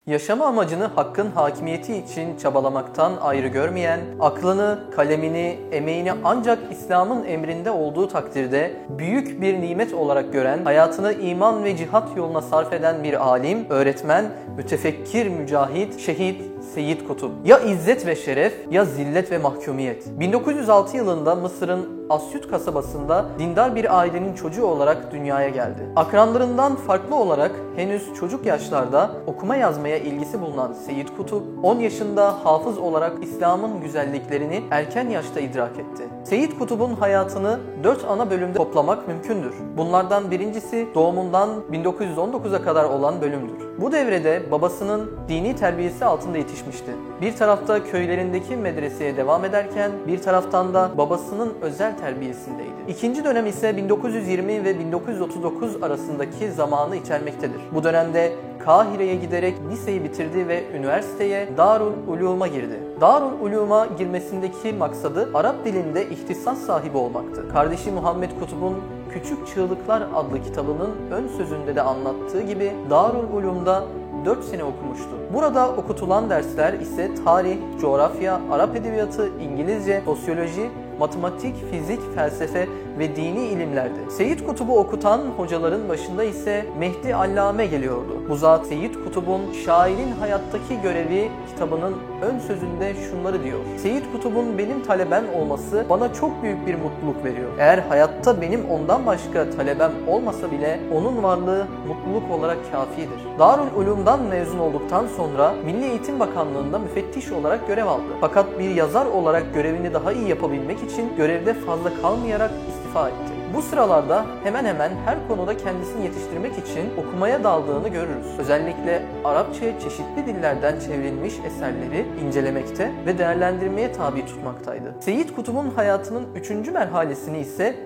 Yaşama amacını hakkın hakimiyeti için çabalamaktan ayrı görmeyen, aklını, kalemini, emeğini ancak İslam'ın emrinde olduğu takdirde büyük bir nimet olarak gören, hayatını iman ve cihat yoluna sarf eden bir alim, öğretmen, mütefekkir, mücahit, şehit Seyyid Kutup. Ya izzet ve şeref ya zillet ve mahkumiyet. 1906 yılında Mısır'ın Asyut kasabasında dindar bir ailenin çocuğu olarak dünyaya geldi. Akranlarından farklı olarak henüz çocuk yaşlarda okuma yazmaya ilgisi bulunan Seyyid Kutup, 10 yaşında hafız olarak İslam'ın güzelliklerini erken yaşta idrak etti. Seyyid Kutup'un hayatını 4 ana bölümde toplamak mümkündür. Bunlardan birincisi doğumundan 1919'a kadar olan bölümdür. Bu devrede babasının dini terbiyesi altında yetişmişti. Bir tarafta köylerindeki medreseye devam ederken bir taraftan da babasının özel terbiyesindeydi. İkinci dönem ise 1920 ve 1939 arasındaki zamanı içermektedir. Bu dönemde Kahire'ye giderek liseyi bitirdi ve üniversiteye Darul Ulum'a girdi. Darul Ulum'a girmesindeki maksadı Arap dilinde ihtisas sahibi olmaktı. Kardeşi Muhammed Kutup'un Küçük Çığlıklar adlı kitabının ön sözünde de anlattığı gibi Darul Ulum'da 4 sene okumuştu. Burada okutulan dersler ise tarih, coğrafya, Arap edebiyatı, İngilizce, sosyoloji, matematik, fizik, felsefe ve dini ilimlerdi. Seyyid Kutup'u okutan hocaların başında ise Mehdi Allame geliyordu. Bu zat Seyyid Kutup'un Şairin Hayattaki Görevi kitabının ön sözünde şunları diyor. Seyyid Kutup'un benim talebem olması bana çok büyük bir mutluluk veriyor. Eğer hayatta benim ondan başka talebem olmasa bile onun varlığı mutluluk olarak kafidir. Darul Ulum'dan mezun olduktan sonra Milli Eğitim Bakanlığı'nda müfettiş olarak görev aldı. Fakat bir yazar olarak görevini daha iyi yapabilmek için görevde fazla kalmayarak istifa etti. Bu sıralarda hemen hemen her konuda kendisini yetiştirmek için okumaya daldığını görürüz. Özellikle Arapçaya çeşitli dillerden çevrilmiş eserleri incelemekte ve değerlendirmeye tabi tutmaktaydı. Seyyid Kutup'un hayatının 3. merhalesini ise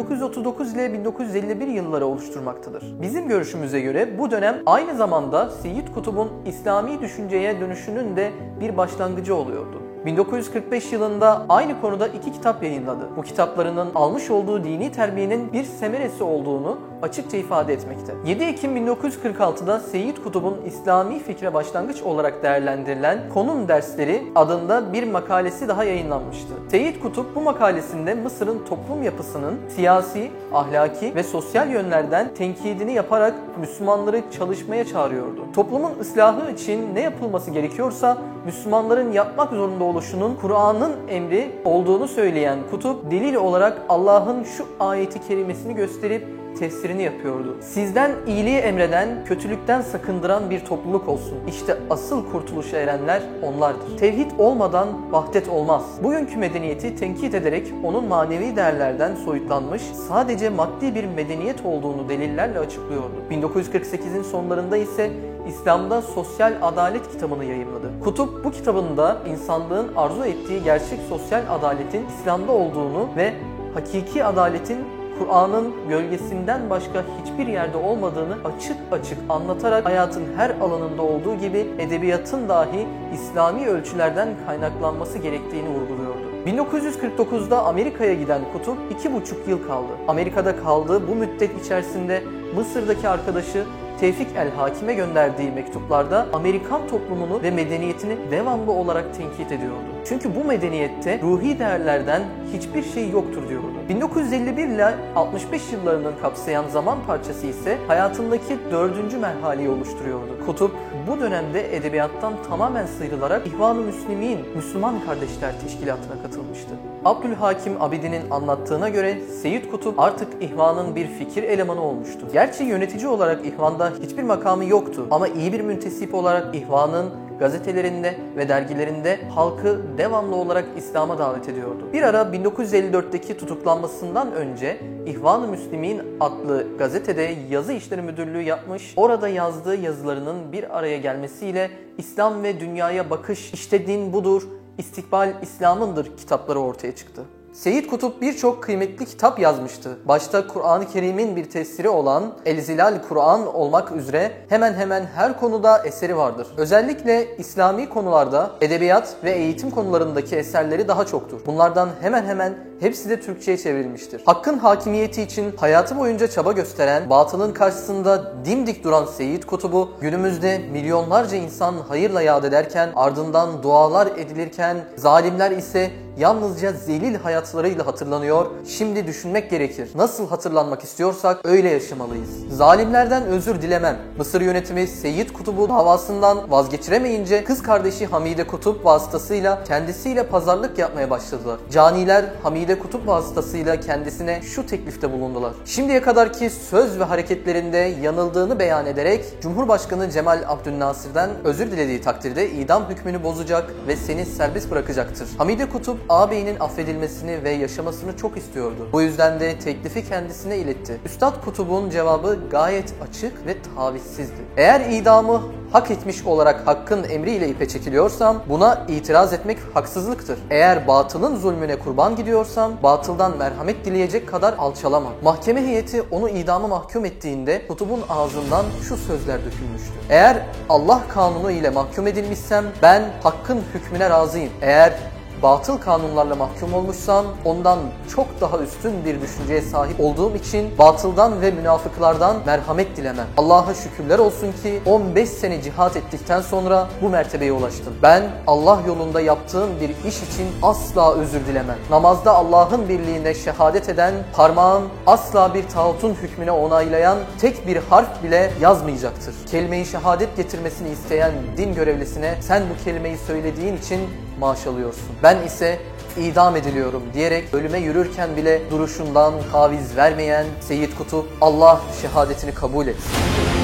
1939 ile 1951 yılları oluşturmaktadır. Bizim görüşümüze göre bu dönem aynı zamanda Seyyid Kutup'un İslami düşünceye dönüşünün de bir başlangıcı oluyordu. 1945 yılında aynı konuda 2 kitap yayınladı. Bu kitaplarının almış olduğu dini terbiyenin bir semeresi olduğunu açıkça ifade etmekte. 7 Ekim 1946'da Seyyid Kutup'un İslami fikre başlangıç olarak değerlendirilen Konun Dersleri adında bir makalesi daha yayınlanmıştı. Seyyid Kutup bu makalesinde Mısır'ın toplum yapısının siyasi, ahlaki ve sosyal yönlerden tenkidini yaparak Müslümanları çalışmaya çağırıyordu. Toplumun ıslahı için ne yapılması gerekiyorsa Müslümanların yapmak zorunda oluşunun Kur'an'ın emri olduğunu söyleyen Kutup delil olarak Allah'ın şu ayeti kerimesini gösterip tefsirini yapıyordu. Sizden iyiliği emreden, kötülükten sakındıran bir topluluk olsun. İşte asıl kurtuluşa erenler onlardır. Tevhid olmadan vahdet olmaz. Bugünkü medeniyeti tenkit ederek onun manevi değerlerden soyutlanmış, sadece maddi bir medeniyet olduğunu delillerle açıklıyordu. 1948'in sonlarında ise İslam'da Sosyal Adalet kitabını yayımladı. Kutup bu kitabında insanlığın arzu ettiği gerçek sosyal adaletin İslam'da olduğunu ve hakiki adaletin Kur'an'ın gölgesinden başka hiçbir yerde olmadığını açık açık anlatarak hayatın her alanında olduğu gibi edebiyatın dahi İslami ölçülerden kaynaklanması gerektiğini vurguluyordu. 1949'da Amerika'ya giden Kutup 2,5 yıl kaldı. Amerika'da kaldığı bu müddet içerisinde Mısır'daki arkadaşı Tevfik el-Hakim'e gönderdiği mektuplarda Amerikan toplumunu ve medeniyetini devamlı olarak tenkit ediyordu. Çünkü bu medeniyette ruhi değerlerden hiçbir şey yoktur diyordu. 1951 ile 65 yıllarını kapsayan zaman parçası ise hayatındaki 4. merhaleyi oluşturuyordu. Kutup bu dönemde edebiyattan tamamen sıyrılarak İhvan-ı Müslimin, Müslüman Kardeşler Teşkilatı'na katılmıştı. Abdülhakim Abidin'in anlattığına göre Seyyid Kutup artık İhvan'ın bir fikir elemanı olmuştu. Gerçi yönetici olarak İhvan'da hiçbir makamı yoktu ama iyi bir müntesip olarak İhvan'ın gazetelerinde ve dergilerinde halkı devamlı olarak İslam'a davet ediyordu. Bir ara 1954'teki tutuklanmasından önce İhvan-ı Müslimin adlı gazetede yazı işleri müdürlüğü yapmış, orada yazdığı yazılarının bir araya gelmesiyle İslam ve dünyaya bakış, işte din budur, İstikbal İslam'ındır kitapları ortaya çıktı. Seyyid Kutup birçok kıymetli kitap yazmıştı. Başta Kur'an-ı Kerim'in bir tefsiri olan El-Zilal Kur'an olmak üzere hemen hemen her konuda eseri vardır. Özellikle İslami konularda edebiyat ve eğitim konularındaki eserleri daha çoktur. Bunlardan hemen hemen hepsi de Türkçe'ye çevrilmiştir. Hakkın hakimiyeti için hayatı boyunca çaba gösteren, batılın karşısında dimdik duran Seyyid Kutup'u günümüzde milyonlarca insan hayırla yad ederken, ardından dualar edilirken, zalimler ise yalnızca zelil hayatlarıyla hatırlanıyor. Şimdi düşünmek gerekir. Nasıl hatırlanmak istiyorsak öyle yaşamalıyız. Zalimlerden özür dilemem. Mısır yönetimi Seyyid Kutup'u davasından vazgeçiremeyince kız kardeşi Hamide Kutup vasıtasıyla kendisiyle pazarlık yapmaya başladılar. Caniler Hamide Kutup vasıtasıyla kendisine şu teklifte bulundular. Şimdiye kadarki söz ve hareketlerinde yanıldığını beyan ederek Cumhurbaşkanı Cemal Abdülnasır'dan özür dilediği takdirde idam hükmünü bozacak ve seni serbest bırakacaktır. Hamide Kutup ağabeyinin affedilmesini ve yaşamasını çok istiyordu. Bu yüzden de teklifi kendisine iletti. Üstad Kutup'un cevabı gayet açık ve tavizsizdi. Eğer idamı hak etmiş olarak hakkın emriyle ipe çekiliyorsam buna itiraz etmek haksızlıktır. Eğer batılın zulmüne kurban gidiyorsam batıldan merhamet dileyecek kadar alçalamam. Mahkeme heyeti onu idama mahkum ettiğinde Kutup'un ağzından şu sözler dökülmüştü. Eğer Allah kanunu ile mahkum edilmişsem ben hakkın hükmüne razıyım. Eğer batıl kanunlarla mahkum olmuşsam ondan çok daha üstün bir düşünceye sahip olduğum için batıldan ve münafıklardan merhamet dilemem. Allah'a şükürler olsun ki 15 sene cihat ettikten sonra bu mertebeye ulaştım. Ben Allah yolunda yaptığım bir iş için asla özür dilemem. Namazda Allah'ın birliğine şehadet eden parmağım asla bir tağutun hükmüne onaylayan tek bir harf bile yazmayacaktır. Kelime-i şehadet getirmesini isteyen din görevlisine sen bu kelimeyi söylediğin için maaş alıyorsun. Ben ise idam ediliyorum diyerek ölüme yürürken bile duruşundan taviz vermeyen Seyyid Kutup Allah şehadetini kabul etsin.